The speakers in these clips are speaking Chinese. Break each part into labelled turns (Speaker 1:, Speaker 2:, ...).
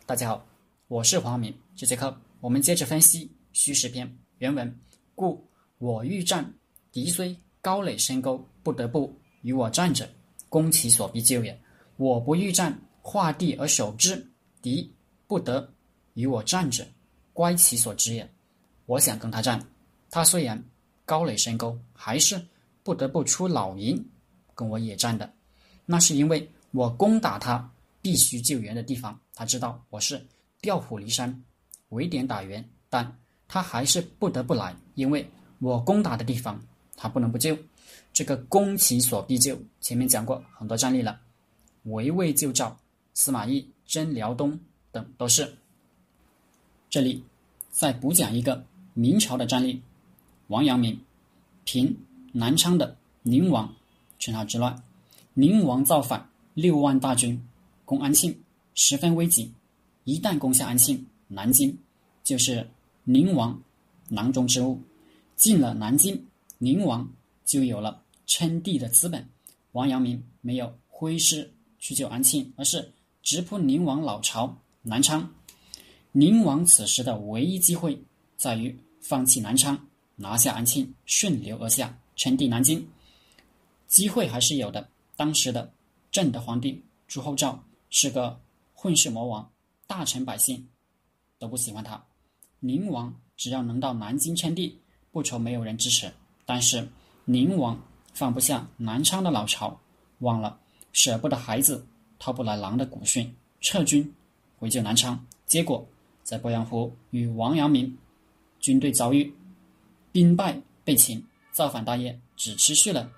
Speaker 1: 大家好，我是黄明。这节课我们接着分析虚实篇原文。故我欲战，敌虽高垒深沟，不得不与我战者，攻其所必救也。我不欲战，画地而守之，敌不得与我战者，乖其所之也。我想跟他战，他虽然高垒深沟，还是不得不出老营跟我野战的。那是因为我攻打他必须救援的地方，他知道我是调虎离山，围点打援，但他还是不得不来，因为我攻打的地方他不能不救。这个攻其所必救，前面讲过很多战例了，围魏救赵、司马懿征辽东等都是。这里再补讲一个明朝的战例，王阳明平南昌的宁王陈好之乱，宁王造反，6万大军攻安庆，十分危急。一旦攻下安庆，南京就是宁王囊中之物。进了南京，宁王就有了称帝的资本。王阳明没有挥师去救安庆，而是直扑宁王老巢南昌。宁王此时的唯一机会在于放弃南昌，拿下安庆，顺流而下，称帝南京。机会还是有的。当时的正德皇帝朱厚照是个混世魔王，大臣百姓都不喜欢他。宁王只要能到南京称帝，不愁没有人支持。但是宁王放不下南昌的老巢，忘了舍不得孩子，掏不来狼的骨训，撤军回救南昌。结果在鄱阳湖与王阳明军队遭遇，兵败被擒，造反大业只持续了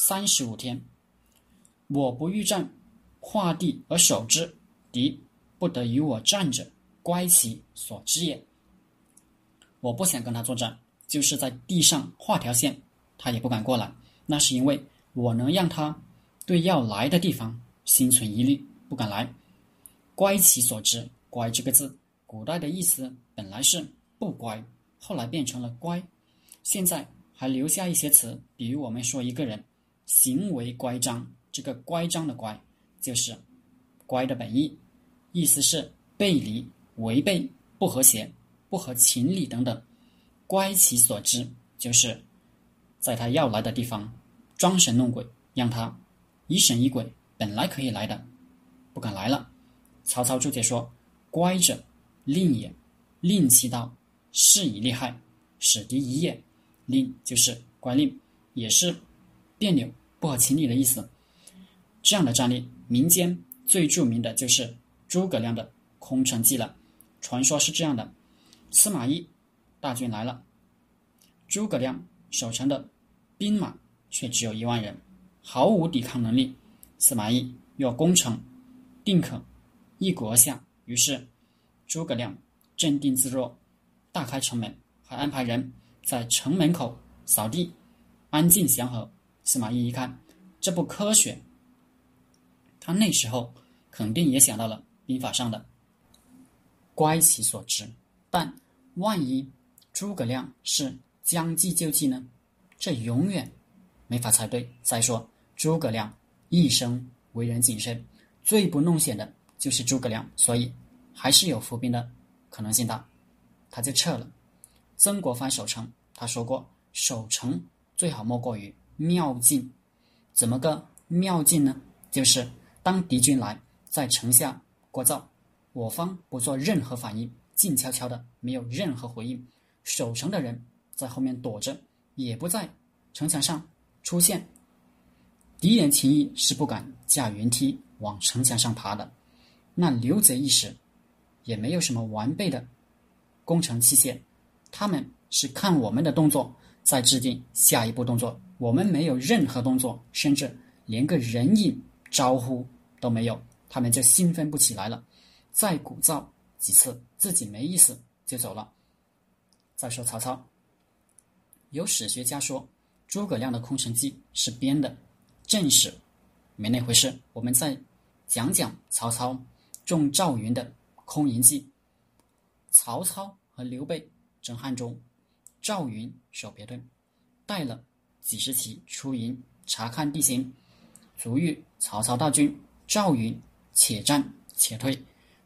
Speaker 1: 35天。我不欲战，画地而守之，敌不得与我战者，乖其所之也。我不想跟他作战，就是在地上画条线，他也不敢过来。那是因为我能让他对要来的地方心存疑虑，不敢来。乖其所之，乖这个字古代的意思本来是不乖，后来变成了乖，现在还留下一些词，比如我们说一个人行为乖张，这个乖张的乖就是乖的本意，意思是背离、违背、不和谐、不合情理等等。乖其所之就是在他要来的地方装神弄鬼，让他疑神疑鬼，本来可以来的不敢来了。曹操注解说，乖者令也，令其道，是以利害，使敌疑也。令就是乖令，也是别扭不合情理的意思。这样的战例，民间最著名的就是诸葛亮的空城计了。传说是这样的，司马懿大军来了，诸葛亮守城的兵马却只有1万人，毫无抵抗能力。司马懿若攻城，定可一鼓而下。于是诸葛亮镇定自若，大开城门，还安排人在城门口扫地，安静祥和。司马懿一看，这不科学，他那时候肯定也想到了兵法上的乖其所之。但万一诸葛亮是将计就计呢？这永远没法猜对。再说诸葛亮一生为人谨慎，最不弄险的就是诸葛亮，所以还是有伏兵的可能性大，他就撤了。曾国藩守城，他说过守城最好莫过于妙境。怎么个妙境呢？就是当敌军来，在城下聒噪，我方不做任何反应，静悄悄的，没有任何回应，守城的人在后面躲着，也不在城墙上出现。敌人轻易是不敢架云梯往城墙上爬的。那刘贼一时也没有什么完备的攻城器械，他们是看我们的动作再制定下一步动作，我们没有任何动作，甚至连个人影招呼都没有，他们就兴奋不起来了，再鼓噪几次，自己没意思就走了。再说曹操，有史学家说诸葛亮的空城计是编的，正史没那回事。我们再讲讲曹操中赵云的空营计。曹操和刘备征汉中，赵云守别屯，带了几十骑出营查看地形，卒遇曹操大军，赵云且战且退，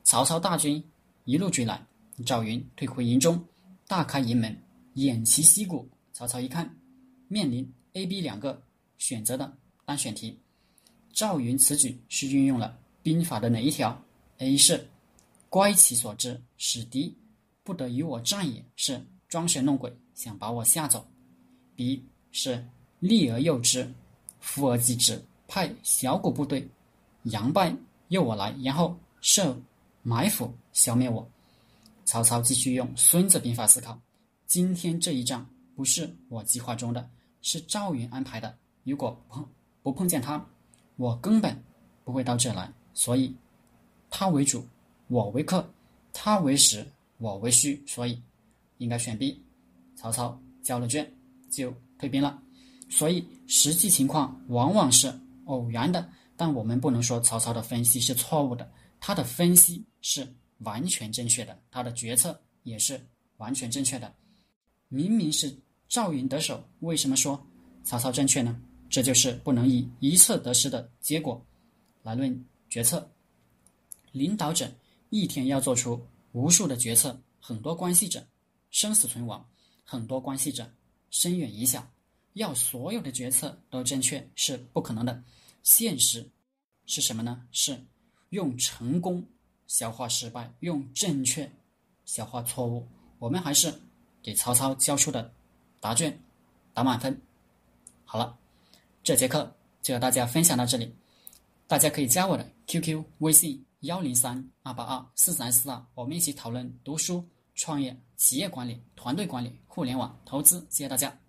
Speaker 1: 曹操大军一路追来，赵云退回营中，大开营门，偃旗息鼓。曹操一看，面临 A、B 两个选择的单选题。赵云此举是运用了兵法的哪一条？ A 是乖其所至，使敌不得与我战也，是装神弄鬼，想把我吓走。 B 是利而诱之，伏而击之，派小股部队佯败诱我来，然后设埋伏消灭我。曹操继续用孙子兵法思考，今天这一仗不是我计划中的，是赵云安排的，如果不碰见他，我根本不会到这来，所以他为主，我为客，他为实，我为虚，所以应该选 B。 曹操交了卷就退兵了。所以实际情况往往是偶然的，但我们不能说曹操的分析是错误的，他的分析是完全正确的，他的决策也是完全正确的。明明是赵云得手，为什么说曹操正确呢？这就是不能以一测得失的结果来论决策。领导者一天要做出无数的决策，很多关系着生死存亡，很多关系着深远影响，要所有的决策都正确是不可能的。现实是什么呢？是用成功消化失败，用正确消化错误。我们还是给曹操交出的答卷打满分。好了，这节课就和大家分享到这里，大家可以加我的 QQ 微信103-282-4342，我们一起讨论读书、创业、企业管理、团队管理、互联网投资。谢谢大家。